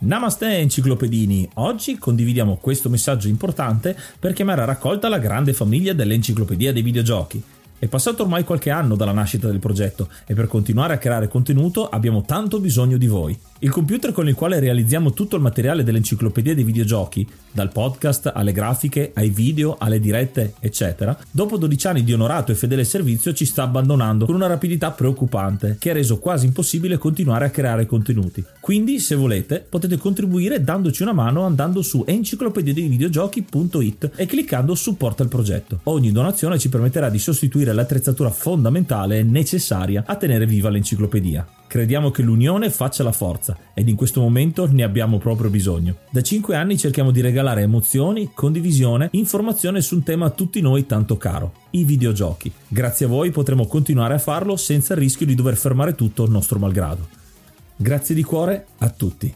Namaste enciclopedini, oggi condividiamo questo messaggio importante per chiamare a raccolta la grande famiglia dell'Enciclopedia dei Videogiochi. È passato ormai qualche anno dalla nascita del progetto e per continuare a creare contenuto abbiamo tanto bisogno di voi. Il computer con il quale realizziamo tutto il materiale dell'Enciclopedia dei Videogiochi, dal podcast alle grafiche, ai video, alle dirette, eccetera, dopo 12 anni di onorato e fedele servizio ci sta abbandonando con una rapidità preoccupante che ha reso quasi impossibile continuare a creare contenuti. Quindi, se volete, potete contribuire dandoci una mano andando su enciclopediadeivideogiochi.it e cliccando supporta il progetto. Ogni donazione ci permetterà di sostituire l'attrezzatura fondamentale e necessaria a tenere viva l'enciclopedia. Crediamo che l'unione faccia la forza ed in questo momento ne abbiamo proprio bisogno. Da 5 anni cerchiamo di regalare emozioni, condivisione, informazione su un tema a tutti noi tanto caro, i videogiochi. Grazie a voi potremo continuare a farlo senza il rischio di dover fermare tutto nostro malgrado. Grazie di cuore a tutti.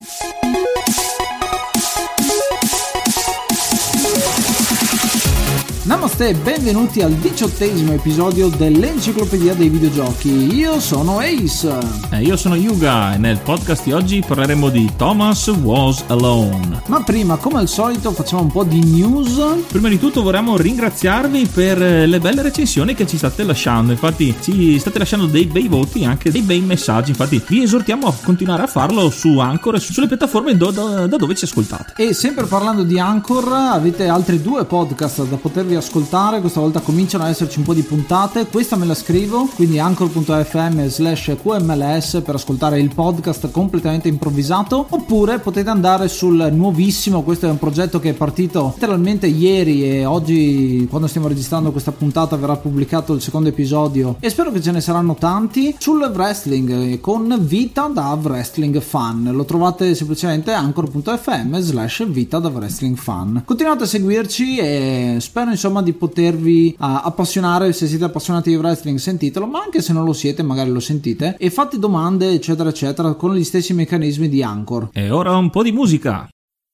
Namaste e benvenuti al 18° episodio dell'Enciclopedia dei Videogiochi. Io sono Ace. Io sono Yuga e nel podcast di oggi parleremo di Thomas Was Alone. Ma prima, come al solito, facciamo un po' di news. Prima di tutto vorremmo ringraziarvi per le belle recensioni che ci state lasciando. Infatti ci state lasciando dei bei voti e anche dei bei messaggi. Infatti vi esortiamo a continuare a farlo su Anchor e sulle piattaforme da dove ci ascoltate. E sempre parlando di Anchor, avete altri 2 podcast da potervi ascoltare. Questa volta cominciano ad esserci un po' di puntate. Questa me la scrivo, quindi anchor.fm/qmls per ascoltare il podcast completamente improvvisato, oppure potete andare sul nuovissimo, questo è un progetto che è partito letteralmente ieri e oggi, quando stiamo registrando questa puntata, verrà pubblicato il secondo episodio e spero che ce ne saranno tanti, sul wrestling con Vita da Wrestling Fan. Lo trovate semplicemente anchor.fm/Vita da Wrestling Fan. Continuate a seguirci e spero insomma di potervi appassionare. Se siete appassionati di wrestling sentitelo, ma anche se non lo siete magari lo sentite e fate domande eccetera eccetera con gli stessi meccanismi di Anchor. E ora un po' di musica.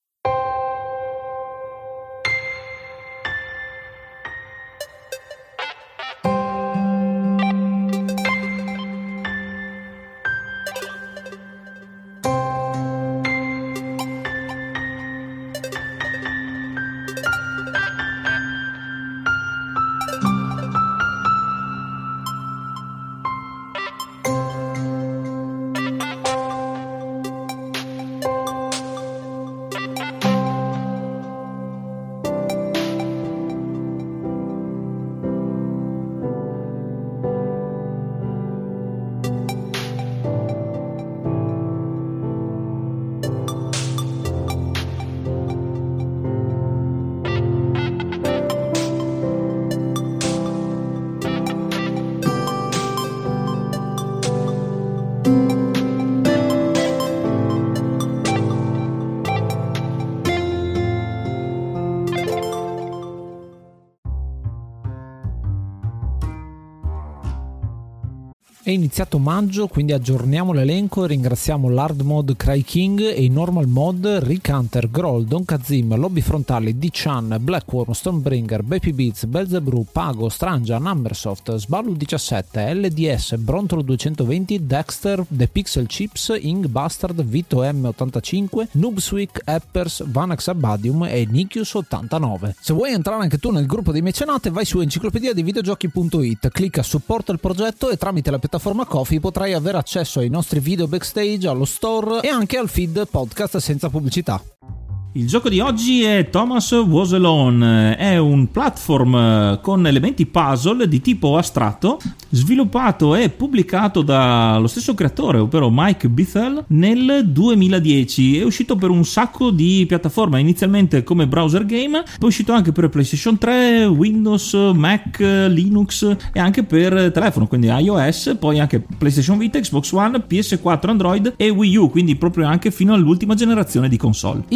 È iniziato maggio, quindi aggiorniamo l'elenco e ringraziamo l'Hard Mode Cry King e i Normal Mode Rick Hunter, Groll, Don Kazim, Lobby Frontali, D-Chan, Blackworm, Stormbringer, Baby Beats, Belzebrew, Pago, Strangia, Numbersoft, Sballu 17, LDS, Brontolo 220, Dexter, The Pixel Chips, Ing Bastard, Vito M85, Noobswick, Eppers, Vanax Abadium e Nikius 89. Se vuoi entrare anche tu nel gruppo dei mecenate, vai su enciclopediadeivideogiochi.it, clicca supporta il progetto e tramite la piattaforma Ko-fi potrai avere accesso ai nostri video backstage, allo store e anche al feed podcast senza pubblicità. Il gioco di oggi è Thomas Was Alone, è un platform con elementi puzzle di tipo astratto, sviluppato e pubblicato dallo stesso creatore, ovvero Mike Bithell, nel 2010. È uscito per un sacco di piattaforme, inizialmente come browser game, poi è uscito anche per PlayStation 3, Windows, Mac, Linux e anche per telefono, quindi iOS, poi anche PlayStation Vita, Xbox One, PS4, Android e Wii U, quindi proprio anche fino all'ultima generazione di console. Inizialmente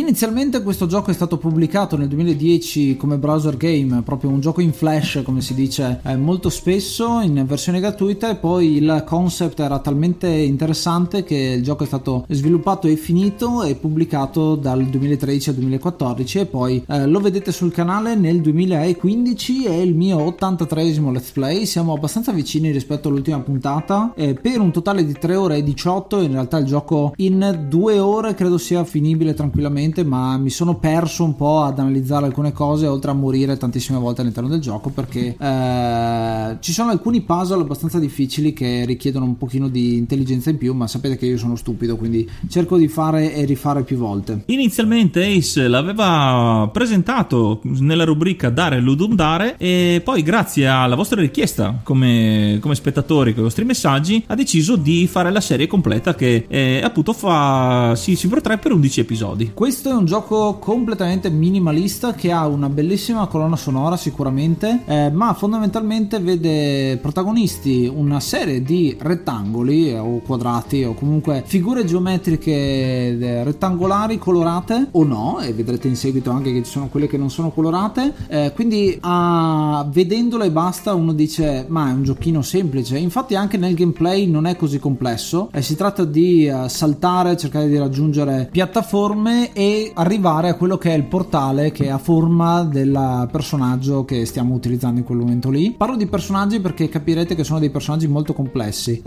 Inizialmente questo gioco è stato pubblicato nel 2010 come browser game, proprio un gioco in flash come si dice molto spesso in versione gratuita, e poi il concept era talmente interessante che il gioco è stato sviluppato e finito e pubblicato dal 2013 al 2014, e poi lo vedete sul canale nel 2015. È il mio 83esimo let's play, siamo abbastanza vicini rispetto all'ultima puntata, per un totale di 3 ore e 18. In realtà il gioco in 2 ore credo sia finibile tranquillamente, ma mi sono perso un po' ad analizzare alcune cose, oltre a morire tantissime volte all'interno del gioco, perché ci sono alcuni puzzle abbastanza difficili che richiedono un pochino di intelligenza in più, ma sapete che io sono stupido, quindi cerco di fare e rifare più volte. Inizialmente Ace l'aveva presentato nella rubrica Dare Ludum Dare, e poi grazie alla vostra richiesta come spettatori, con i vostri messaggi, ha deciso di fare la serie completa, che appunto si protrae per 11 episodi. Questo è un gioco completamente minimalista che ha una bellissima colonna sonora sicuramente, ma fondamentalmente vede protagonisti una serie di rettangoli o quadrati o comunque figure geometriche rettangolari colorate o no, e vedrete in seguito anche che ci sono quelle che non sono colorate, quindi vedendolo e basta uno dice ma è un giochino semplice. Infatti anche nel gameplay non è così complesso, si tratta di saltare, cercare di raggiungere piattaforme e arrivare a quello che è il portale che ha forma del personaggio che stiamo utilizzando in quel momento lì. Parlo di personaggi perché capirete che sono dei personaggi molto complessi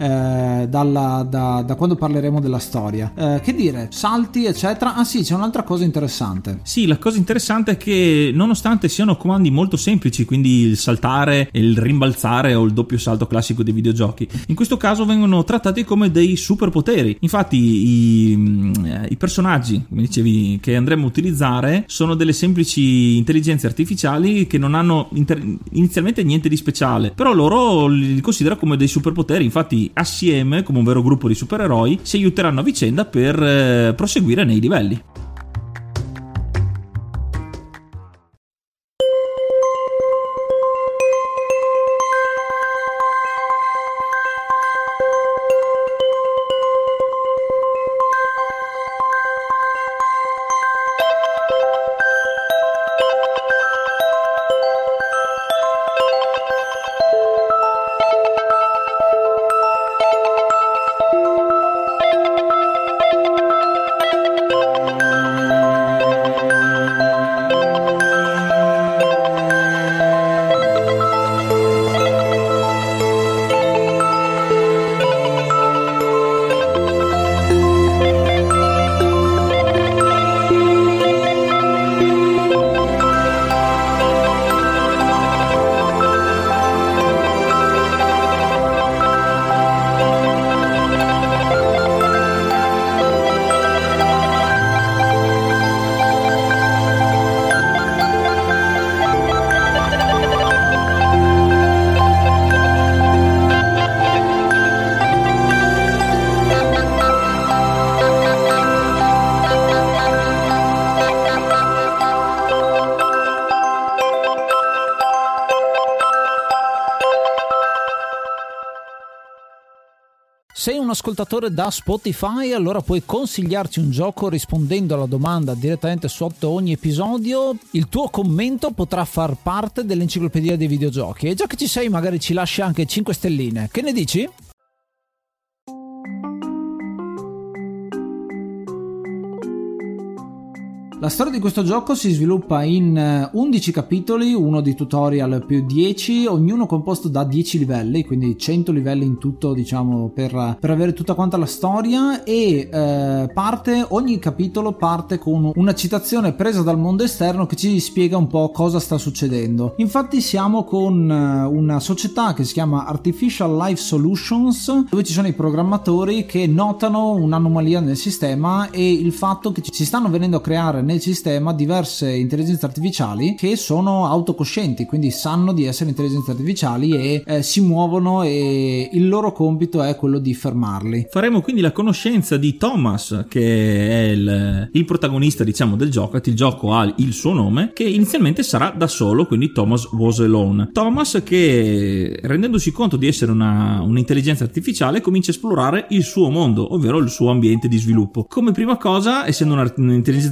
da quando parleremo della storia. Che dire, salti eccetera. Ah sì, c'è un'altra cosa interessante. Sì, la cosa interessante è che nonostante siano comandi molto semplici, quindi il saltare, il rimbalzare o il doppio salto classico dei videogiochi, in questo caso vengono trattati come dei superpoteri. Infatti i personaggi, come dicevi, che andremo a utilizzare sono delle semplici intelligenze artificiali che non hanno inizialmente niente di speciale, però loro li considera come dei superpoteri. Infatti assieme, come un vero gruppo di supereroi, si aiuteranno a vicenda per proseguire nei livelli. Sei un ascoltatore da Spotify, allora puoi consigliarci un gioco rispondendo alla domanda direttamente sotto ogni episodio. Il tuo commento potrà far parte dell'enciclopedia dei videogiochi, e già che ci sei magari ci lasci anche 5 stelline. Che ne dici? La storia di questo gioco si sviluppa in 11 capitoli, uno di tutorial più 10, ognuno composto da 10 livelli, quindi 100 livelli in tutto, diciamo, per avere tutta quanta la storia, e ogni capitolo parte con una citazione presa dal mondo esterno che ci spiega un po' cosa sta succedendo. Infatti siamo con una società che si chiama Artificial Life Solutions, dove ci sono i programmatori che notano un'anomalia nel sistema e il fatto che ci stanno venendo a creare nel sistema diverse intelligenze artificiali che sono autocoscienti, quindi sanno di essere intelligenze artificiali e si muovono, e il loro compito è quello di fermarli. Faremo quindi la conoscenza di Thomas, che è il protagonista, diciamo, del gioco. Il gioco ha il suo nome, che inizialmente sarà da solo, quindi Thomas was alone. Thomas che, rendendosi conto di essere un'intelligenza artificiale, comincia a esplorare il suo mondo, ovvero il suo ambiente di sviluppo. Come prima cosa, essendo un'intelligenza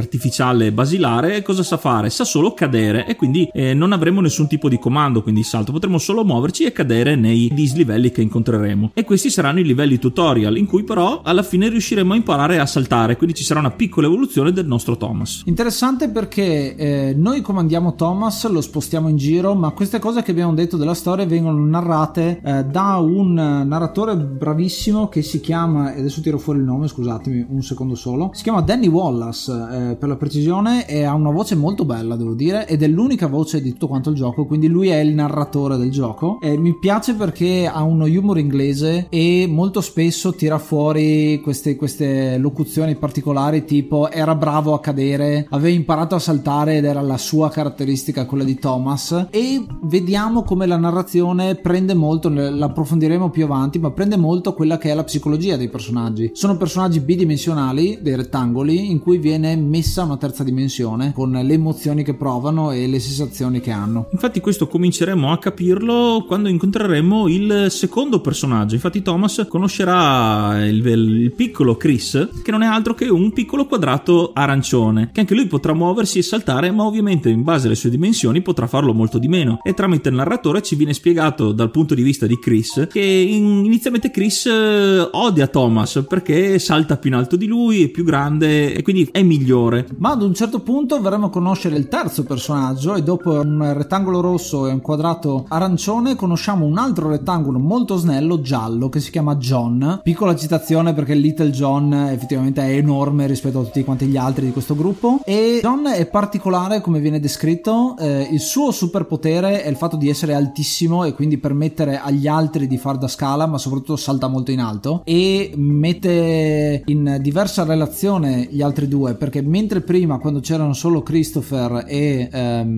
artificiale basilare cosa sa fare? Sa solo cadere, e quindi non avremo nessun tipo di comando, quindi salto, potremo solo muoverci e cadere nei dislivelli che incontreremo, e questi saranno i livelli tutorial, in cui però alla fine riusciremo a imparare a saltare, quindi ci sarà una piccola evoluzione del nostro Thomas. Interessante, perché noi comandiamo Thomas, lo spostiamo in giro, ma queste cose che abbiamo detto della storia vengono narrate da un narratore bravissimo che si chiama, e adesso tiro fuori il nome, scusatemi un secondo solo, si chiama Danny Wallace per la precisione, e ha una voce molto bella, devo dire, ed è l'unica voce di tutto quanto il gioco, quindi lui è il narratore del gioco. Mi piace perché ha uno humor inglese e molto spesso tira fuori queste locuzioni particolari, tipo era bravo a cadere, aveva imparato a saltare ed era la sua caratteristica, quella di Thomas. E vediamo come la narrazione prende molto, l'approfondiremo più avanti, ma prende molto quella che è la psicologia dei personaggi. Sono personaggi bidimensionali, dei rettangoli, in cui viene messa una terza dimensione con le emozioni che provano e le sensazioni che hanno. Infatti questo cominceremo a capirlo quando incontreremo il secondo personaggio. Infatti Thomas conoscerà il piccolo Chris, che non è altro che un piccolo quadrato arancione, che anche lui potrà muoversi e saltare, ma ovviamente in base alle sue dimensioni potrà farlo molto di meno, e tramite il narratore ci viene spiegato dal punto di vista di Chris che inizialmente Chris odia Thomas perché salta più in alto di lui, è più grande e quindi è migliore. Ma ad un certo punto verremo a conoscere il terzo personaggio, e dopo un rettangolo rosso e un quadrato arancione conosciamo un altro rettangolo molto snello giallo che si chiama John. Piccola citazione, perché Little John effettivamente è enorme rispetto a tutti quanti gli altri di questo gruppo, e John è particolare come viene descritto. Il suo superpotere è il fatto di essere altissimo e quindi permettere agli altri di far da scala, ma soprattutto salta molto in alto e mette in diversa relazione gli altri due, perché mentre prima, quando c'erano solo Christopher e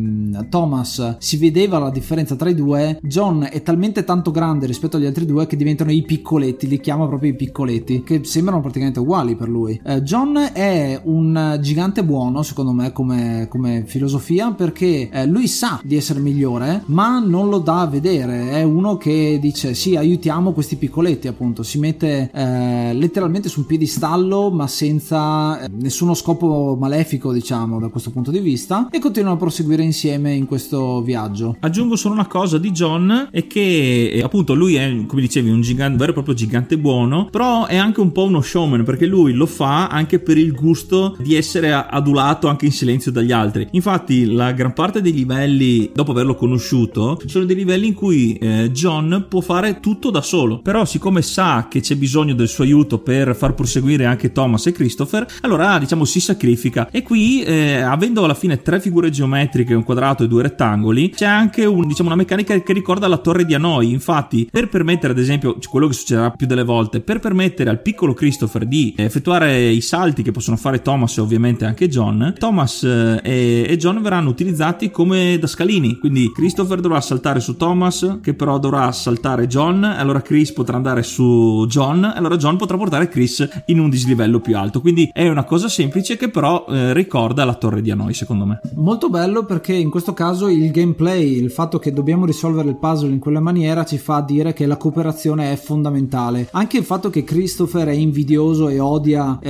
Thomas, si vedeva la differenza tra i due, John è talmente tanto grande rispetto agli altri due che diventano i piccoletti, li chiama proprio i piccoletti, che sembrano praticamente uguali per lui. John è un gigante buono, secondo me, come filosofia, perché lui sa di essere migliore, ma non lo dà a vedere. È uno che dice sì, aiutiamo questi piccoletti, appunto, si mette letteralmente su un piedistallo, ma senza nessuno scopo malefico, diciamo, da questo punto di vista, e continuano a proseguire insieme in questo viaggio. Aggiungo solo una cosa di John, è che appunto lui è, come dicevi, un gigante, vero e proprio gigante buono, però è anche un po' uno showman, perché lui lo fa anche per il gusto di essere adulato anche in silenzio dagli altri. Infatti la gran parte dei livelli, dopo averlo conosciuto, sono dei livelli in cui John può fare tutto da solo, però siccome sa che c'è bisogno del suo aiuto per far proseguire anche Thomas e Christopher, allora diciamo si sacrifica. E qui avendo alla fine 3 figure geometriche, un quadrato e 2 rettangoli, c'è anche una meccanica che ricorda la torre di Hanoi. Infatti, per permettere, ad esempio, quello che succederà più delle volte, per permettere al piccolo Christopher di effettuare i salti che possono fare Thomas e ovviamente anche John, Thomas e John verranno utilizzati come da scalini, quindi Christopher dovrà saltare su Thomas, che però dovrà saltare John, allora Chris potrà andare su John, allora John potrà portare Chris in un dislivello più alto. Quindi è una cosa semplice che però ricorda la torre di Hanoi, secondo me. Molto bello, perché in questo caso il gameplay, il fatto che dobbiamo risolvere il puzzle in quella maniera, ci fa dire che la cooperazione è fondamentale. Anche il fatto che Christopher è invidioso e odia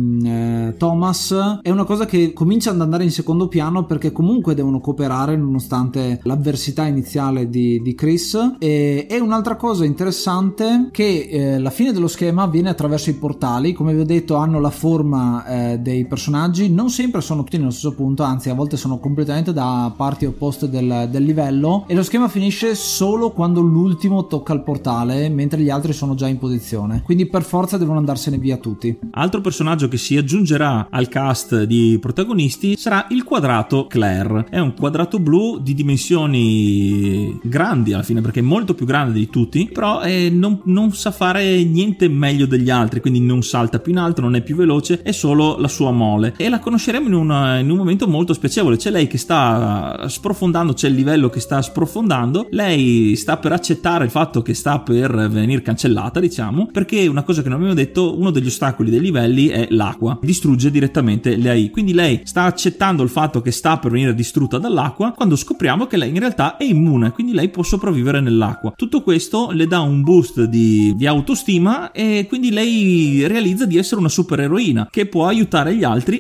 Thomas è una cosa che comincia ad andare in secondo piano, perché comunque devono cooperare nonostante l'avversità iniziale di Chris. E un'altra cosa interessante, che la fine dello schema avviene attraverso i portali. Come vi ho detto, hanno la forma dei personaggi, non sempre sono tutti nello stesso punto, anzi a volte sono completamente da parti opposte del livello, e lo schema finisce solo quando l'ultimo tocca il portale, mentre gli altri sono già in posizione, quindi per forza devono andarsene via tutti. Altro personaggio che si aggiungerà al cast di protagonisti sarà il quadrato Claire. È un quadrato blu di dimensioni grandi alla fine, perché è molto più grande di tutti, però non sa fare niente meglio degli altri, quindi non salta più in alto, non è più veloce, è solo la sua mole. E la conosceremo in un momento molto spiacevole. C'è lei che sta sprofondando, c'è il livello che sta sprofondando, lei sta per accettare il fatto che sta per venire cancellata, diciamo, perché una cosa che non abbiamo detto, uno degli ostacoli dei livelli è l'acqua, distrugge direttamente le AI, quindi lei sta accettando il fatto che sta per venire distrutta dall'acqua, quando scopriamo che lei in realtà è immune, quindi lei può sopravvivere nell'acqua. Tutto questo le dà un boost di autostima, e quindi lei realizza di essere una supereroina che può aiutare gli altri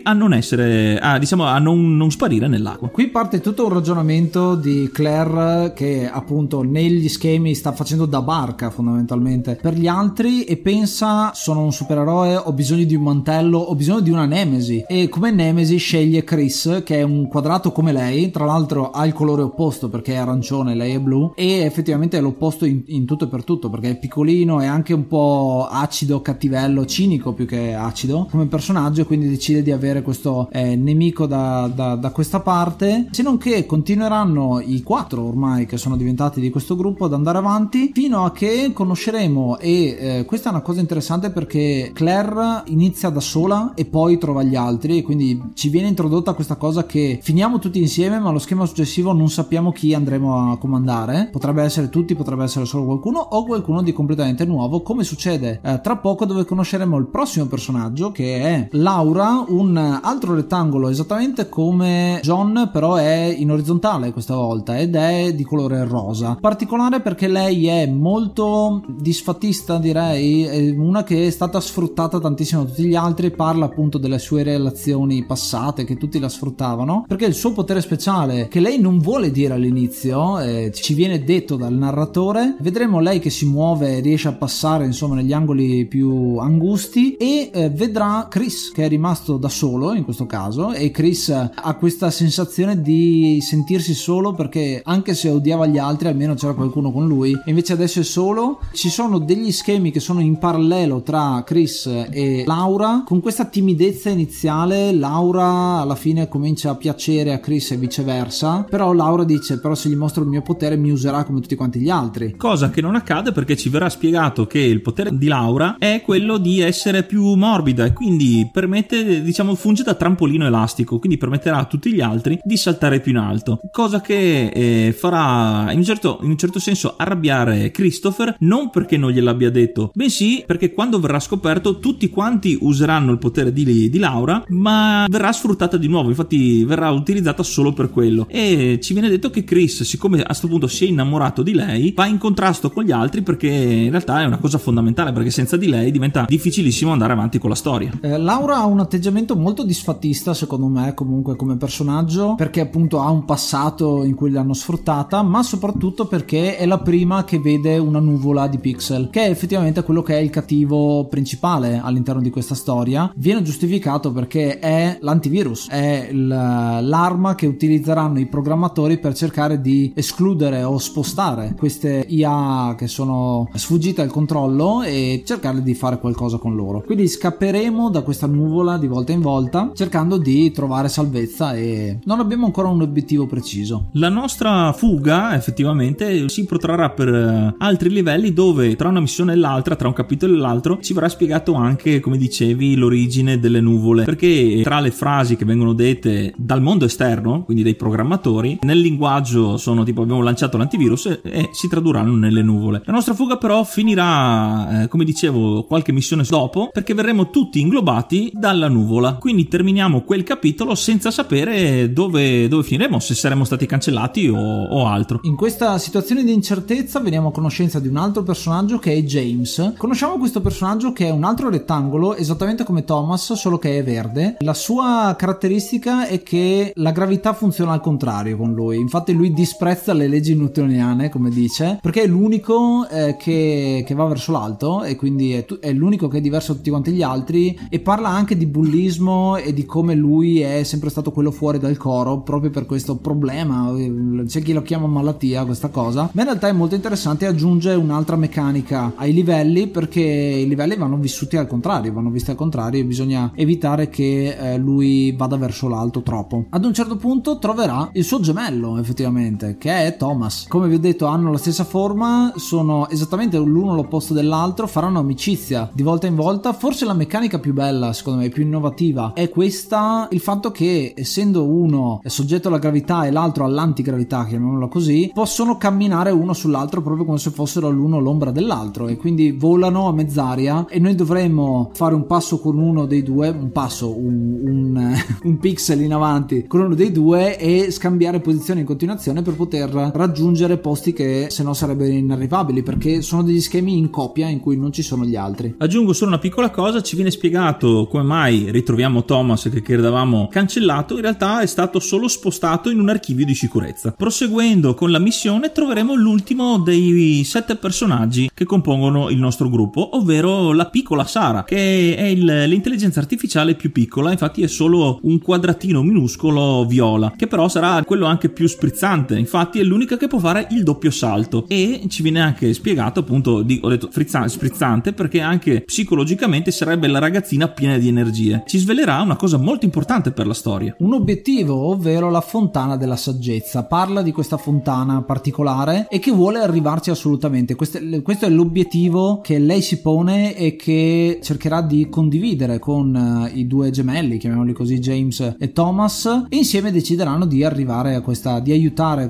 a non essere, a non sparire nell'acqua. Qui parte tutto un ragionamento di Claire che appunto negli schemi sta facendo da barca fondamentalmente per gli altri e pensa: sono un supereroe, ho bisogno di un mantello, ho bisogno di una nemesi, e come nemesi sceglie Chris, che è un quadrato come lei, tra l'altro ha il colore opposto perché è arancione, lei è blu, e effettivamente è l'opposto in tutto e per tutto, perché è piccolino, è anche un po' acido, cattivello, cinico più che acido come personaggio, e quindi decide di avere questo nemico da questa parte, se non che continueranno i 4 ormai che sono diventati di questo gruppo ad andare avanti fino a che conosceremo, e questa è una cosa interessante perché Claire inizia da sola e poi trova gli altri, e quindi ci viene introdotta questa cosa che finiamo tutti insieme, ma lo schema successivo non sappiamo chi andremo a comandare, potrebbe essere tutti, potrebbe essere solo qualcuno o qualcuno di completamente nuovo, come succede tra poco, dove conosceremo il prossimo personaggio che è Laura, un altro rettangolo esattamente come John, però è in orizzontale questa volta ed è di colore rosa, particolare perché lei è molto disfattista, direi, è una che è stata sfruttata tantissimo da tutti gli altri, parla appunto delle sue relazioni passate che tutti la sfruttavano, perché il suo potere speciale, che lei non vuole dire all'inizio, ci viene detto dal narratore, vedremo lei che si muove, riesce a passare insomma negli angoli più angusti, e vedrà Chris che è rimasto da solo in questo caso, e Chris ha questa sensazione di sentirsi solo perché anche se odiava gli altri almeno c'era qualcuno con lui, e invece adesso è solo. Ci sono degli schemi che sono in parallelo tra Chris e Laura, con questa timidezza iniziale Laura alla fine comincia a piacere a Chris e viceversa, però Laura dice: però se gli mostro il mio potere mi userà come tutti quanti gli altri, cosa che non accade perché ci verrà spiegato che il potere di Laura è quello di essere più morbida e quindi permette, diciamo, funge da trampolino elastico, quindi permetterà a tutti gli altri di saltare più in alto, cosa che farà in un certo senso arrabbiare Christopher, non perché non gliel'abbia detto, bensì perché quando verrà scoperto tutti quanti useranno il potere di Laura, ma verrà sfruttata di nuovo, infatti verrà utilizzata solo per quello, e ci viene detto che Chris, siccome a questo punto si è innamorato di lei, va in contrasto con gli altri perché in realtà è una cosa fondamentale, perché senza di lei diventa difficilissimo andare avanti con la storia. Laura ha un atteggiamento molto disfattista secondo me comunque come personaggio, perché appunto ha un passato in cui l'hanno sfruttata, ma soprattutto perché è la prima che vede una nuvola di pixel, che è effettivamente quello che è il cattivo principale all'interno di questa storia. Viene giustificato perché è l'antivirus, è l'arma che utilizzeranno i programmatori per cercare di escludere o spostare queste IA che sono sfuggite al controllo e cercare di fare qualcosa con loro. Quindi scapperemo da questa nuvola di volta in volta cercando di trovare salvezza, e non abbiamo ancora un obiettivo preciso. La nostra fuga effettivamente si protrarrà per altri livelli, dove tra una missione e l'altra, tra un capitolo e l'altro, ci verrà spiegato anche, come dicevi, l'origine delle nuvole, perché tra le frasi che vengono dette dal mondo esterno, quindi dei programmatori, nel linguaggio sono tipo abbiamo lanciato l'antivirus e si tradurranno nelle nuvole. La nostra fuga però finirà, come dicevo, qualche missione dopo, perché verremo tutti inglobati dalla nuvola, quindi terminiamo quel capitolo senza sapere dove finiremo, se saremo stati cancellati o altro. In questa situazione di incertezza veniamo a conoscenza di un altro personaggio che è James. Conosciamo questo personaggio che è un altro rettangolo esattamente come Thomas, solo che è verde. La sua caratteristica è che la gravità funziona al contrario con lui, infatti lui disprezza le leggi newtoniane, come dice, perché è l'unico che va verso l'alto, e quindi è l'unico che è diverso da tutti quanti gli altri, e parla anche di bullismo e di come lui è sempre stato quello fuori dal coro proprio per questo problema. C'è chi lo chiama malattia questa cosa, ma in realtà è molto interessante, aggiunge un'altra meccanica ai livelli, perché i livelli vanno visti al contrario, e bisogna evitare che lui vada verso l'alto troppo. Ad un certo punto troverà il suo gemello effettivamente, che è Thomas. Come vi ho detto, hanno la stessa forma, sono esattamente l'uno l'opposto dell'altro, faranno amicizia di volta in volta. Forse la meccanica più bella, secondo me più innovativa, è questa, il fatto che essendo uno è soggetto alla gravità e l'altro all'antigravità, chiamiamola così, possono camminare uno sull'altro proprio come se fossero l'uno l'ombra dell'altro, e quindi volano a mezz'aria, e noi dovremmo fare un passo con uno dei due, un pixel in avanti con uno dei due, e scambiare posizioni in continuazione per poter raggiungere posti che se no sarebbero inarrivabili, perché sono degli schemi in coppia in cui non ci sono gli altri. Aggiungo solo una piccola cosa: ci viene spiegato come mai ritroviamo troviamo Thomas che credevamo cancellato, in realtà è stato solo spostato in un archivio di sicurezza. Proseguendo con la missione troveremo l'ultimo dei 7 personaggi che compongono il nostro gruppo, ovvero la piccola Sara, che è l'intelligenza artificiale più piccola. Infatti è solo un quadratino minuscolo viola, che però sarà quello anche più sprizzante. Infatti è l'unica che può fare il doppio salto, e ci viene anche spiegato, appunto, ho detto sprizzante perché anche psicologicamente sarebbe la ragazzina piena di energie. Ci svelerà una cosa molto importante per la storia, un obiettivo, ovvero la fontana della saggezza. Parla di questa fontana particolare e che vuole arrivarci assolutamente. Questo è l'obiettivo che lei si pone e che cercherà di condividere con i due gemelli, chiamiamoli così, James e Thomas, e insieme decideranno di arrivare a di aiutare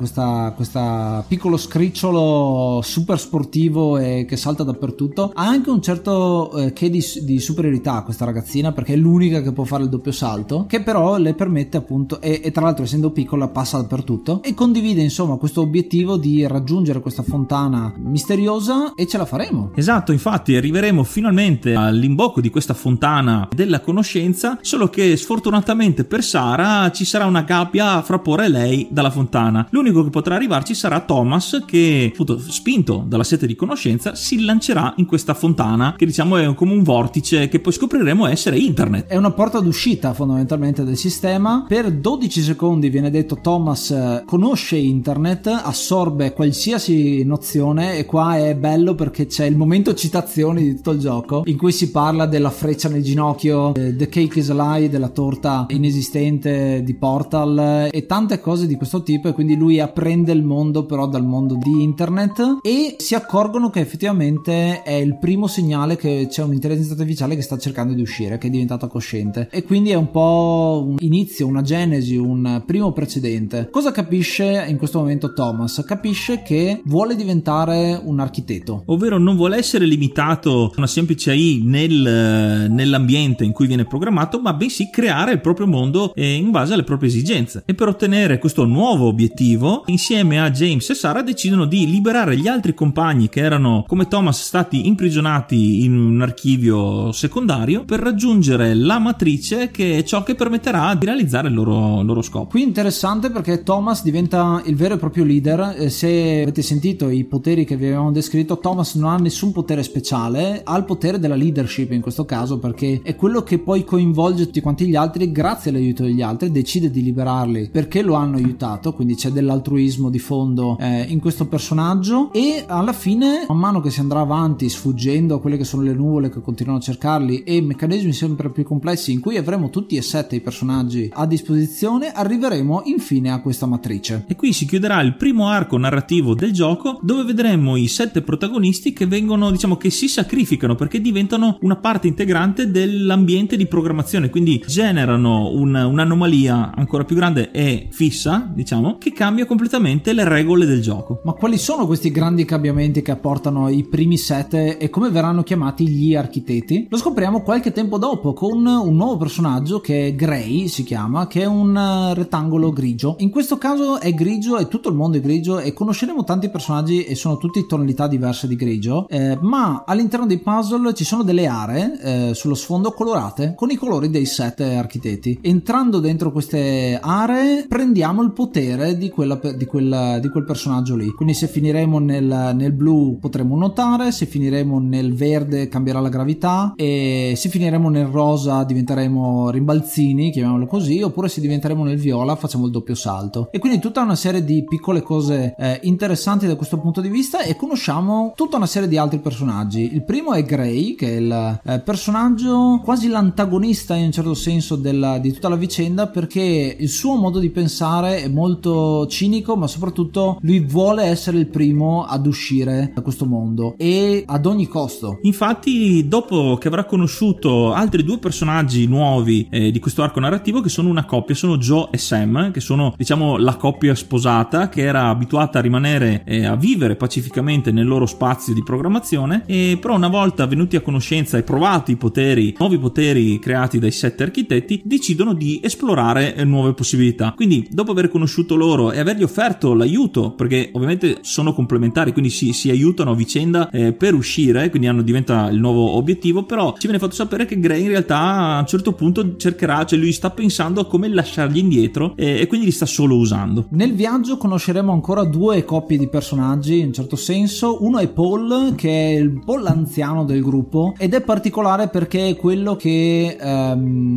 questa piccolo scricciolo super sportivo e che salta dappertutto. Ha anche un certo che di superiorità questa ragazzina, perché è l'unica che può fare il doppio salto, che però le permette appunto, e tra l'altro essendo piccola passa dappertutto, e condivide insomma questo obiettivo di raggiungere questa fontana misteriosa, e ce la faremo. Esatto, infatti arriveremo finalmente all'imbocco di questa fontana della conoscenza, solo che sfortunatamente per Sara ci sarà una gabbia a frapporre lei dalla fontana. L'unico che potrà arrivarci sarà Thomas, che appunto, spinto dalla sete di conoscenza, si lancerà in questa fontana, che diciamo è come un vortice che poi scopriremo essere internet. È una porta d'uscita fondamentalmente del sistema. Per 12 secondi viene detto Thomas conosce internet, assorbe qualsiasi nozione, e qua è bello perché c'è il momento citazioni di tutto il gioco in cui si parla della freccia nel ginocchio, the cake is a lie, della torta inesistente di Portal e tante cose di questo tipo, e quindi lui apprende il mondo però dal mondo di internet, e si accorgono che effettivamente è il primo segnale che c'è un'intelligenza artificiale che sta cercando di uscire, che è diventata cosciente, e quindi è un po' un inizio, una genesi, un primo precedente. Cosa capisce in questo momento Thomas? Capisce che vuole diventare un architetto, ovvero non vuole essere limitato a una semplice AI nell'ambiente in cui viene programmato, ma bensì creare il proprio mondo in base alle proprie esigenze. E per ottenere questo nuovo obiettivo, insieme a James e Sara decidono di liberare gli altri compagni che erano come Thomas stati imprigionati in un archivio secondario, per raggiungere la matrice, che è ciò che permetterà di realizzare il loro scopo. Qui interessante perché Thomas diventa il vero e proprio leader. Se avete sentito i poteri che vi avevamo descritto, Thomas non ha nessun potere speciale, ha il potere della leadership in questo caso, perché è quello che poi coinvolge tutti quanti gli altri. Grazie all'aiuto degli altri decide di liberarli perché lo hanno aiutato, quindi c'è dell'altruismo di fondo in questo personaggio, e alla fine, man mano che si andrà avanti sfuggendo a quelle che sono le nuvole che continuano a cercarli e meccanismi sempre più complessi in cui avremo tutti e 7 i personaggi a disposizione, arriveremo infine a questa matrice. E qui si chiuderà il primo arco narrativo del gioco, dove vedremo i 7 protagonisti che vengono, diciamo, che si sacrificano perché diventano una parte integrante dell'ambiente di programmazione, quindi generano un'anomalia ancora più grande e fissa, diciamo, che cambia completamente le regole del gioco. Ma quali sono questi grandi cambiamenti che apportano i primi 7 e come verranno chiamati gli architetti? Lo scopriamo qualche tempo dopo con un nuovo personaggio che è Gray, si chiama, che è un rettangolo grigio. In questo caso è grigio e tutto il mondo è grigio, e conosceremo tanti personaggi e sono tutti tonalità diverse di grigio, ma all'interno dei puzzle ci sono delle aree sullo sfondo colorate con i colori dei 7 architetti. Entrando dentro queste aree prendiamo il potere di quel personaggio lì, quindi se finiremo nel blu potremo nuotare, se finiremo nel verde cambierà la gravità, e se finiremo nel rosa diventeremo rimbalzini, chiamiamolo così, oppure se diventeremo nel viola facciamo il doppio salto. E quindi tutta una serie di piccole cose interessanti da questo punto di vista, e conosciamo tutta una serie di altri personaggi. Il primo è Gray, che è il personaggio quasi l'antagonista in un certo senso di tutta la vicenda, perché il suo modo di pensare è molto cinico, ma soprattutto lui vuole essere il primo ad uscire da questo mondo, e ad ogni costo. Infatti, dopo che avrà conosciuto altri 2 personaggi nuovi di questo arco narrativo, che sono una coppia, sono Joe e Sam, che sono, diciamo, la coppia sposata che era abituata a rimanere a vivere pacificamente nel loro spazio di programmazione, e però una volta venuti a conoscenza e provati i nuovi poteri creati dai 7 architetti, decidono di esplorare nuove possibilità. Quindi, dopo aver conosciuto loro e avergli offerto l'aiuto, perché ovviamente sono complementari, quindi si aiutano a vicenda per uscire, quindi diventa il nuovo obiettivo, però ci viene fatto sapere che Gray in realtà a un certo certo punto cercherà, cioè lui sta pensando a come lasciargli indietro e quindi li sta solo usando. Nel viaggio conosceremo ancora due coppie di personaggi in un certo senso. Uno è Paul, che è il Paul anziano del gruppo, ed è particolare perché è quello che ha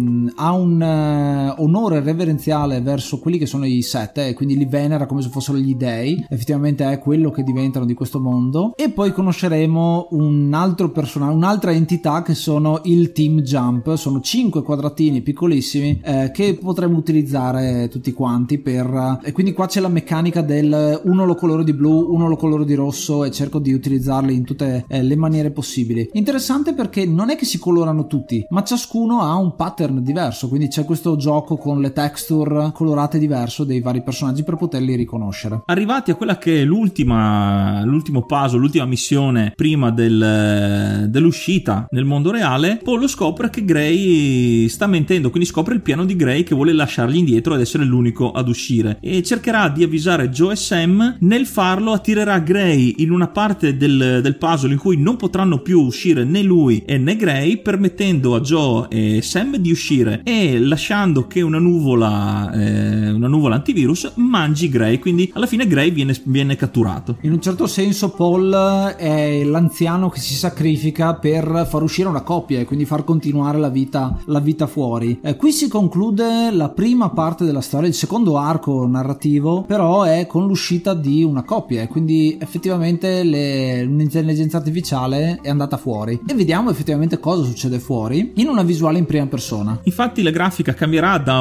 un onore reverenziale verso quelli che sono i Sette, e quindi li venera come se fossero gli dei. Effettivamente è quello che diventano di questo mondo. E poi conosceremo un altro personaggio, un'altra entità, che sono il Team Jump. Sono 5 quadratini piccolissimi che potremo utilizzare tutti quanti e quindi qua c'è la meccanica del uno lo coloro di blu, uno lo coloro di rosso, e cerco di utilizzarli in tutte le maniere possibili. Interessante perché non è che si colorano tutti, ma ciascuno ha un pattern diverso, quindi c'è questo gioco con le texture colorate diverso dei vari personaggi per poterli riconoscere. Arrivati a quella che è l'ultimo puzzle, l'ultima missione prima dell'uscita nel mondo reale, Paul scopre che Gray sta mentendo, quindi scopre il piano di Gray che vuole lasciargli indietro ed essere l'unico ad uscire, e cercherà di avvisare Joe e Sam. Nel farlo attirerà Gray in una parte del puzzle in cui non potranno più uscire né lui né Gray, permettendo a Joe e Sam di uscire e lasciando che una nuvola antivirus mangi Gray, quindi alla fine Gray viene catturato. In un certo senso Paul è l'anziano che si sacrifica per far uscire una coppia e quindi far continuare la vita fuori. Qui si conclude la prima parte della storia. Il secondo arco narrativo però è con l'uscita di una coppia, e quindi effettivamente un'intelligenza artificiale è andata fuori, e vediamo effettivamente cosa succede fuori in una visuale in prima persona. Infatti la grafica cambierà da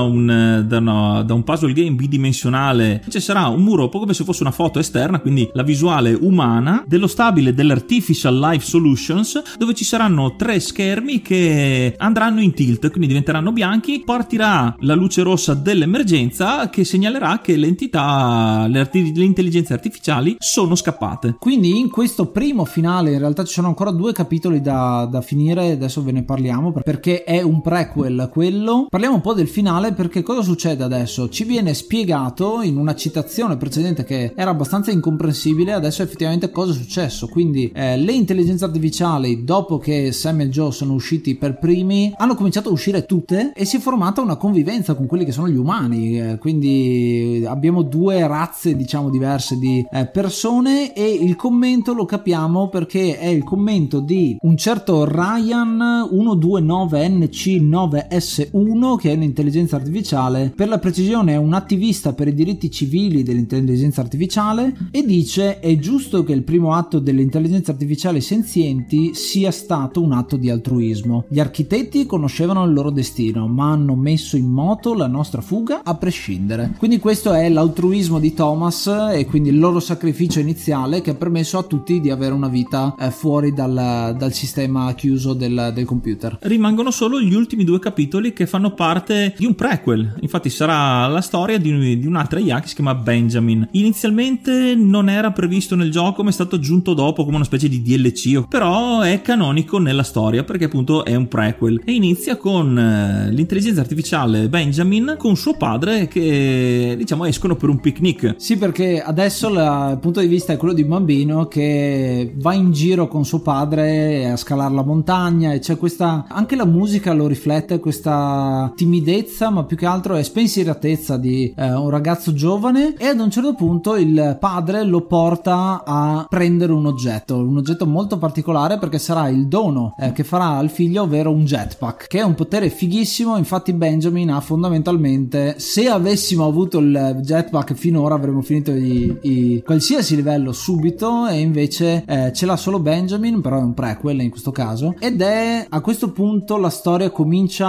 un puzzle game bidimensionale, ci sarà un muro proprio come se fosse una foto esterna, quindi la visuale umana dello stabile dell'Artificial Life Solutions, dove ci saranno 3 schermi che andranno in tilt, quindi diventeranno bianchi. Partirà la luce rossa dell'emergenza che segnalerà che le intelligenze artificiali sono scappate. Quindi in questo primo finale in realtà ci sono ancora 2 capitoli da finire, adesso ve ne parliamo perché è un prequel quello. Parliamo un po' del finale, perché cosa succede adesso? Ci viene spiegato in una citazione precedente che era abbastanza incomprensibile adesso effettivamente cosa è successo. Quindi le intelligenze artificiali, dopo che Sam e Joe sono usciti per primi, hanno cominciato a uscire tutte e si è formata una convivenza con quelli che sono gli umani, quindi abbiamo 2 razze diciamo diverse di persone, e il commento lo capiamo perché è il commento di un certo Ryan 129NC9S1, che è un'intelligenza artificiale, per la precisione è un attivista per i diritti civili dell'intelligenza artificiale, e dice: è giusto che il primo atto delle intelligenze artificiali senzienti sia stato un atto di altruismo. Gli architetti conoscevano il loro destino, ma hanno messo in moto la nostra fuga a prescindere. Quindi questo è l'altruismo di Thomas, e quindi il loro sacrificio iniziale che ha permesso a tutti di avere una vita fuori dal sistema chiuso del computer. Rimangono solo gli ultimi 2 capitoli che fanno parte di un prequel. Infatti sarà la storia di un'altra IA che si chiama Benjamin. Inizialmente non era previsto nel gioco, ma è stato aggiunto dopo come una specie di DLC, però è canonico nella storia perché appunto è un prequel, e inizia con l'intelligenza artificiale Benjamin con suo padre che diciamo escono per un picnic. Sì, perché adesso il punto di vista è quello di un bambino che va in giro con suo padre a scalare la montagna, e c'è questa, anche la musica lo riflette, questa timidezza ma più che altro è spensieratezza di un ragazzo giovane, e ad un certo punto il padre lo porta a prendere un oggetto molto particolare, perché sarà il dono che farà al figlio, ovvero un jetpack, che è un potere fighissimo. Infatti Benjamin ha fondamentalmente, se avessimo avuto il jetpack finora avremmo finito qualsiasi livello subito, e invece ce l'ha solo Benjamin, però è un prequel in questo caso, ed è a questo punto la storia comincia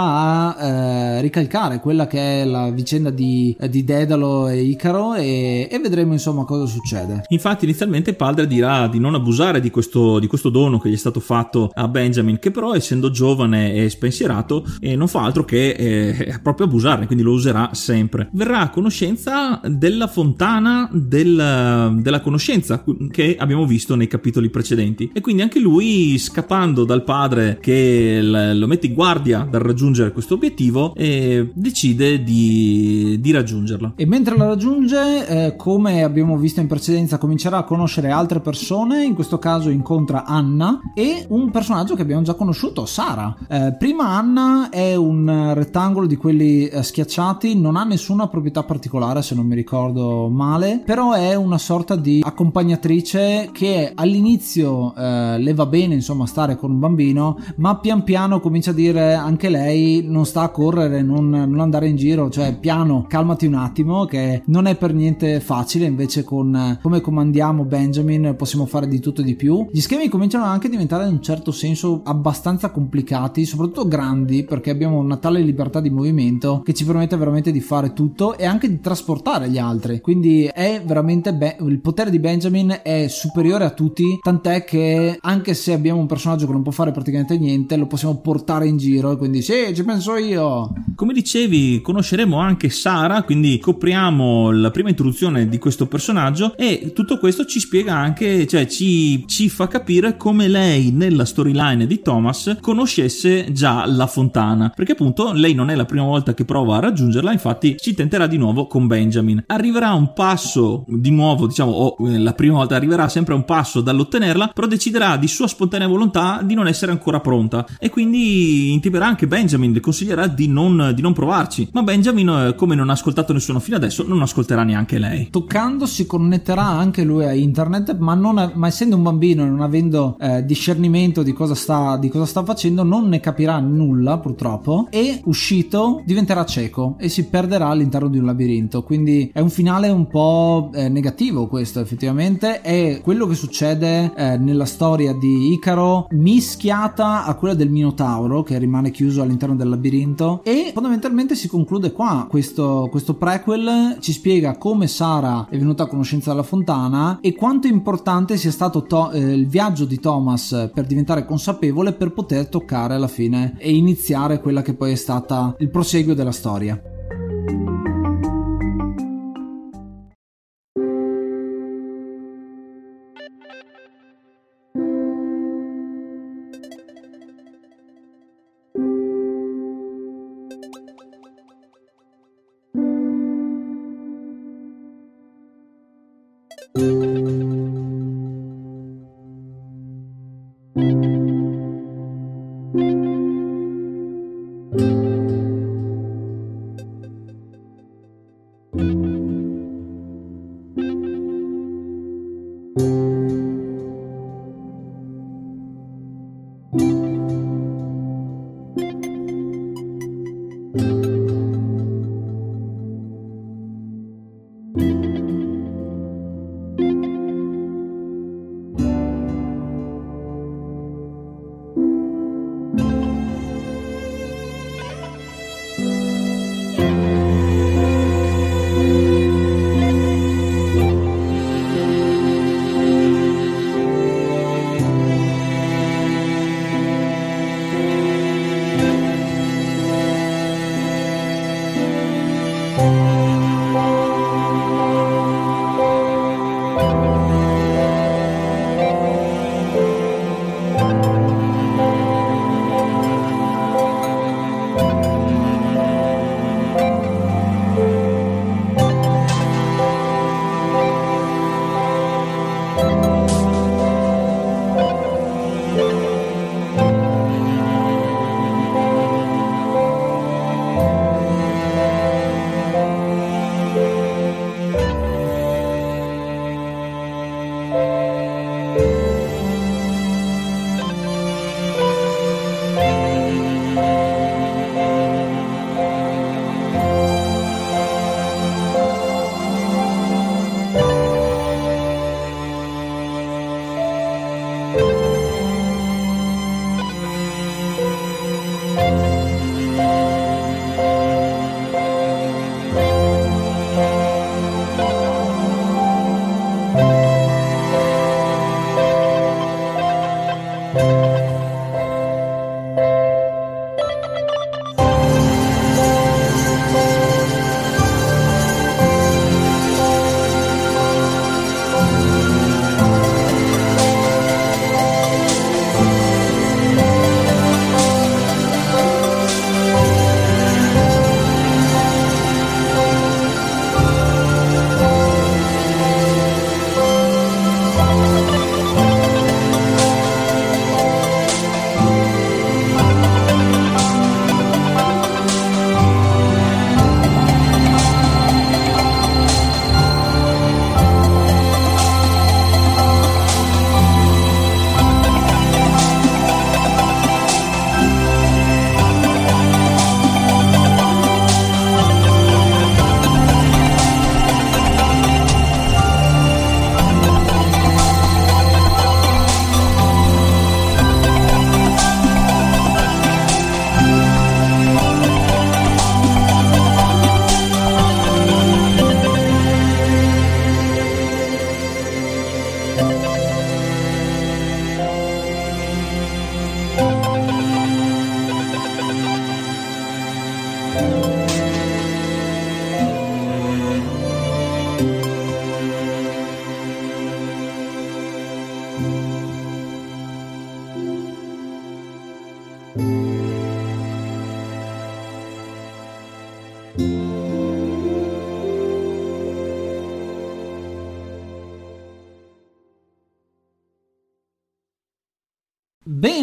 a ricalcare quella che è la vicenda di Dedalo e Icaro, e vedremo insomma cosa succede. Infatti inizialmente il padre dirà di non abusare di questo dono che gli è stato fatto a Benjamin, che però essendo giovane e spensierato non fa altro che proprio abusarne, quindi lo userà sempre. Verrà a conoscenza della fontana della conoscenza che abbiamo visto nei capitoli precedenti, e quindi anche lui, scappando dal padre che lo mette in guardia dal raggiungere questo obiettivo, decide di raggiungerlo. E mentre la raggiunge, come abbiamo visto in precedenza, comincerà a conoscere altre persone. In questo caso incontra Anna e un personaggio che abbiamo già conosciuto, Sara. Prima Anna Anna è un rettangolo di quelli schiacciati, non ha nessuna proprietà particolare se non mi ricordo male, però è una sorta di accompagnatrice che all'inizio le va bene insomma stare con un bambino, ma pian piano comincia a dire anche lei non sta a correre, non andare in giro, cioè piano, calmati un attimo, che non è per niente facile. Invece con come comandiamo Benjamin possiamo fare di tutto e di più. Gli schemi cominciano anche a diventare in un certo senso abbastanza complicati, soprattutto grandi, perché abbiamo una tale libertà di movimento che ci permette veramente di fare tutto e anche di trasportare gli altri, quindi è veramente il potere di Benjamin è superiore a tutti, tant'è che anche se abbiamo un personaggio che non può fare praticamente niente lo possiamo portare in giro, e quindi sì, ci penso io. Come dicevi, conosceremo anche Sara, quindi copriamo la prima introduzione di questo personaggio, e tutto questo ci spiega anche, cioè ci fa capire come lei nella storyline di Thomas conoscesse già la fontana, perché appunto lei non è la prima volta che prova a raggiungerla, infatti ci tenterà di nuovo con Benjamin. Arriverà un passo di nuovo, diciamo, o la prima volta arriverà sempre a un passo dall'ottenerla, però deciderà di sua spontanea volontà di non essere ancora pronta, e quindi intimerà anche Benjamin, le consiglierà di non provarci, ma Benjamin, come non ha ascoltato nessuno fino adesso, non ascolterà neanche lei. Toccando si connetterà anche lui a internet, ma essendo un bambino e non avendo discernimento di cosa sta facendo, non ne capirà nulla purtroppo, e uscito diventerà cieco e si perderà all'interno di un labirinto. Quindi è un finale un po' negativo questo, effettivamente è quello che succede nella storia di Icaro, mischiata a quella del Minotauro che rimane chiuso all'interno del labirinto, e fondamentalmente si conclude qua. Questo prequel ci spiega come Sara è venuta a conoscenza della fontana e quanto importante sia stato il viaggio di Thomas per diventare consapevole, per poter toccare alla fine e iniziare quella che poi è stata il proseguio della storia.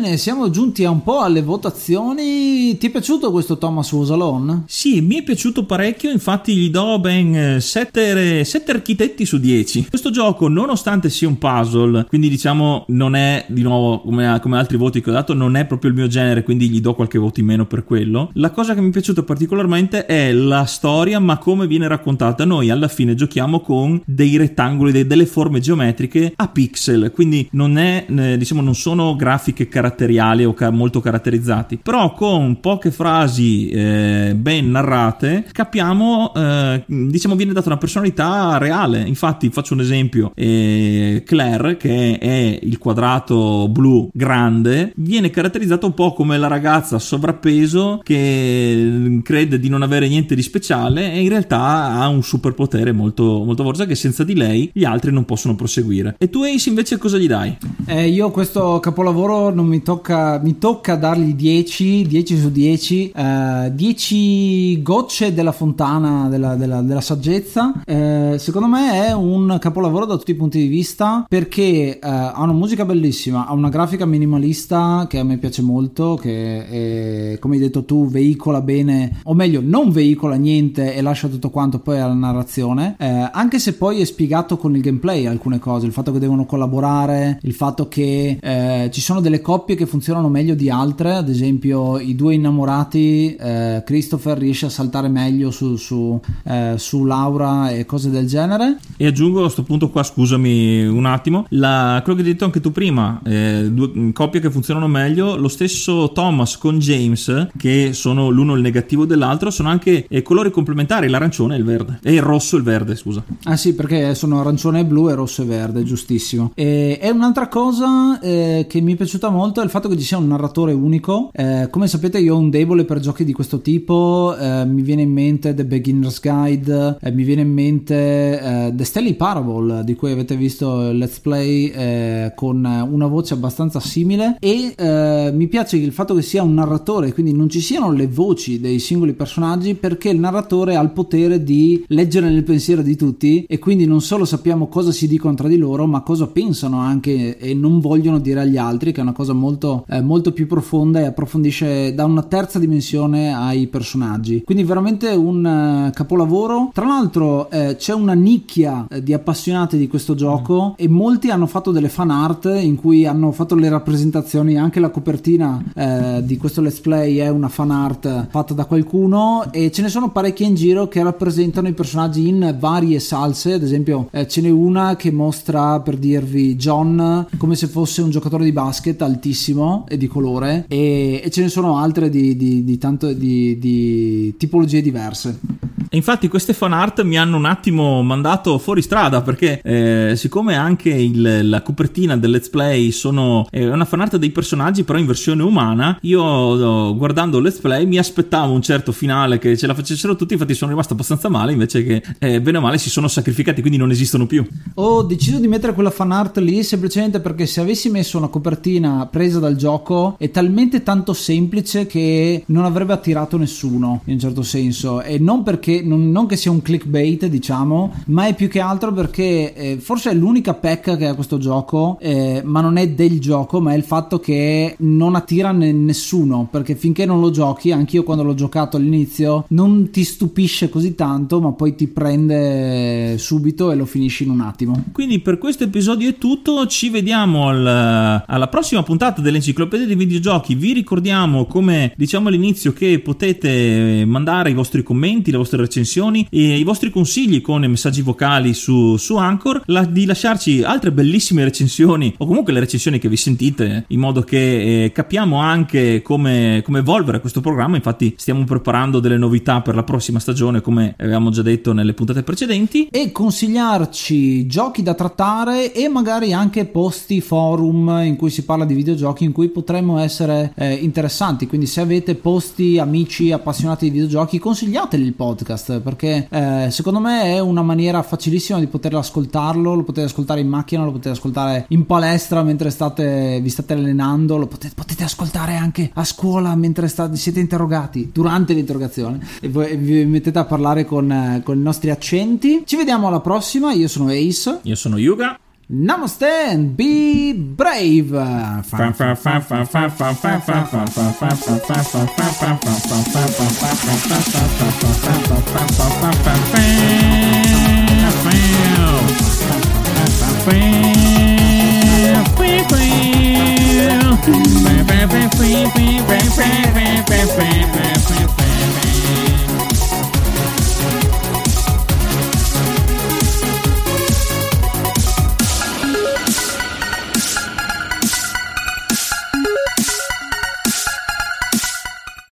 Bene, siamo giunti un po' alle votazioni. Ti è piaciuto questo Thomas Was Alone? Sì, mi è piaciuto parecchio, infatti gli do ben 7 architetti su 10. Questo gioco, nonostante sia un puzzle, quindi diciamo non è, di nuovo, come altri voti che ho dato, non è proprio il mio genere, quindi gli do qualche voto in meno per quello. La cosa che mi è piaciuta particolarmente è la storia, ma come viene raccontata. Noi alla fine giochiamo con dei rettangoli, delle forme geometriche a pixel, quindi non è, diciamo, non sono grafiche caratteriali o molto caratterizzati, però con poche frasi ben narrate capiamo, diciamo, viene data una personalità reale. Infatti faccio un esempio, Claire, che è il quadrato blu grande, viene caratterizzato un po' come la ragazza sovrappeso che crede di non avere niente di speciale e in realtà ha un superpotere molto, molto forte, che senza di lei gli altri non possono proseguire. E tu, Ace, invece cosa gli dai? Io questo capolavoro non mi tocca dargli 10 su 10, 10 gocce della fontana della saggezza. Secondo me è un capolavoro da tutti i punti di vista, perché ha una musica bellissima, ha una grafica minimalista che a me piace molto, che come hai detto tu veicola bene, o meglio non veicola niente e lascia tutto quanto poi alla narrazione, anche se poi è spiegato con il gameplay alcune cose, il fatto che devono collaborare, il fatto che ci sono delle coppie che funzionano meglio di altre, ad esempio i due innamorati, Christopher riesce a saltare meglio su Laura e cose del genere. E aggiungo a questo punto qua, scusami un attimo, quello che hai detto anche tu prima, due coppie che funzionano meglio, lo stesso Thomas con James, che sono l'uno il negativo dell'altro, sono anche colori complementari, l'arancione e il verde, e il rosso e il verde, scusa. Ah sì, perché sono arancione e blu e rosso e verde, giustissimo. E un'altra cosa che mi è piaciuta molto è il fatto che ci sia un narratore unico. Come sapete io ho un debole per giochi di questo tipo, mi viene in mente The Beginner's Guide, mi viene in mente The Stanley Parable, di cui avete visto il let's play, con una voce abbastanza simile, e mi piace il fatto che sia un narratore, quindi non ci siano le voci dei singoli personaggi, perché il narratore ha il potere di leggere nel pensiero di tutti, e quindi non solo sappiamo cosa si dicono tra di loro, ma cosa pensano anche e non vogliono dire agli altri, che è una cosa molto molto più profonda e approfondisce da una terza dimensione ai personaggi. Quindi veramente un capolavoro. Tra l'altro c'è una nicchia di appassionati di questo gioco e molti hanno fatto delle fan art in cui hanno fatto le rappresentazioni, anche la copertina di questo let's play è una fan art fatta da qualcuno, e ce ne sono parecchie in giro che rappresentano i personaggi in varie salse. Ad esempio ce n'è una che mostra, per dirvi, John come se fosse un giocatore di basket altissimo e di colore, e ce ne sono altre di tipologie diverse. E infatti queste fan art mi hanno un attimo mandato fuori strada, perché siccome anche la copertina del let's play è una fan art dei personaggi però in versione umana, io guardando il let's play mi aspettavo un certo finale che ce la facessero tutti, infatti sono rimasto abbastanza male, invece che bene o male si sono sacrificati, quindi non esistono più. Ho deciso di mettere quella fan art lì semplicemente perché se avessi messo una copertina presa dal gioco è talmente tanto semplice che non avrebbe attirato nessuno, in un certo senso, e non perché non che sia un clickbait, diciamo, ma è più che altro perché forse è l'unica pecca che ha questo gioco, ma non è del gioco, ma è il fatto che non attira nessuno, perché finché non lo giochi, anch'io quando l'ho giocato all'inizio, non ti stupisce così tanto, ma poi ti prende subito e lo finisci in un attimo. Quindi per questo episodio è tutto, ci vediamo alla prossima puntata dell'Enciclopedia dei Videogiochi. Vi ricordiamo, come diciamo all'inizio, che potete mandare i vostri commenti, le vostre recensioni e i vostri consigli con messaggi vocali su Anchor, di lasciarci altre bellissime recensioni o comunque le recensioni che vi sentite, in modo che capiamo anche come evolvere questo programma. Infatti stiamo preparando delle novità per la prossima stagione, come avevamo già detto nelle puntate precedenti, e consigliarci giochi da trattare e magari anche posti, forum in cui si parla di videogiochi in cui potremmo essere interessanti. Quindi se avete posti, amici appassionati di videogiochi, consigliateli il podcast, perché secondo me è una maniera facilissima di poter ascoltarlo. Lo potete ascoltare in macchina, lo potete ascoltare in palestra mentre vi state allenando, lo potete ascoltare anche a scuola mentre siete interrogati durante l'interrogazione e voi vi mettete a parlare con i nostri accenti. Ci vediamo alla prossima. Io sono Ace. Io sono Yuga. Namaste and be brave.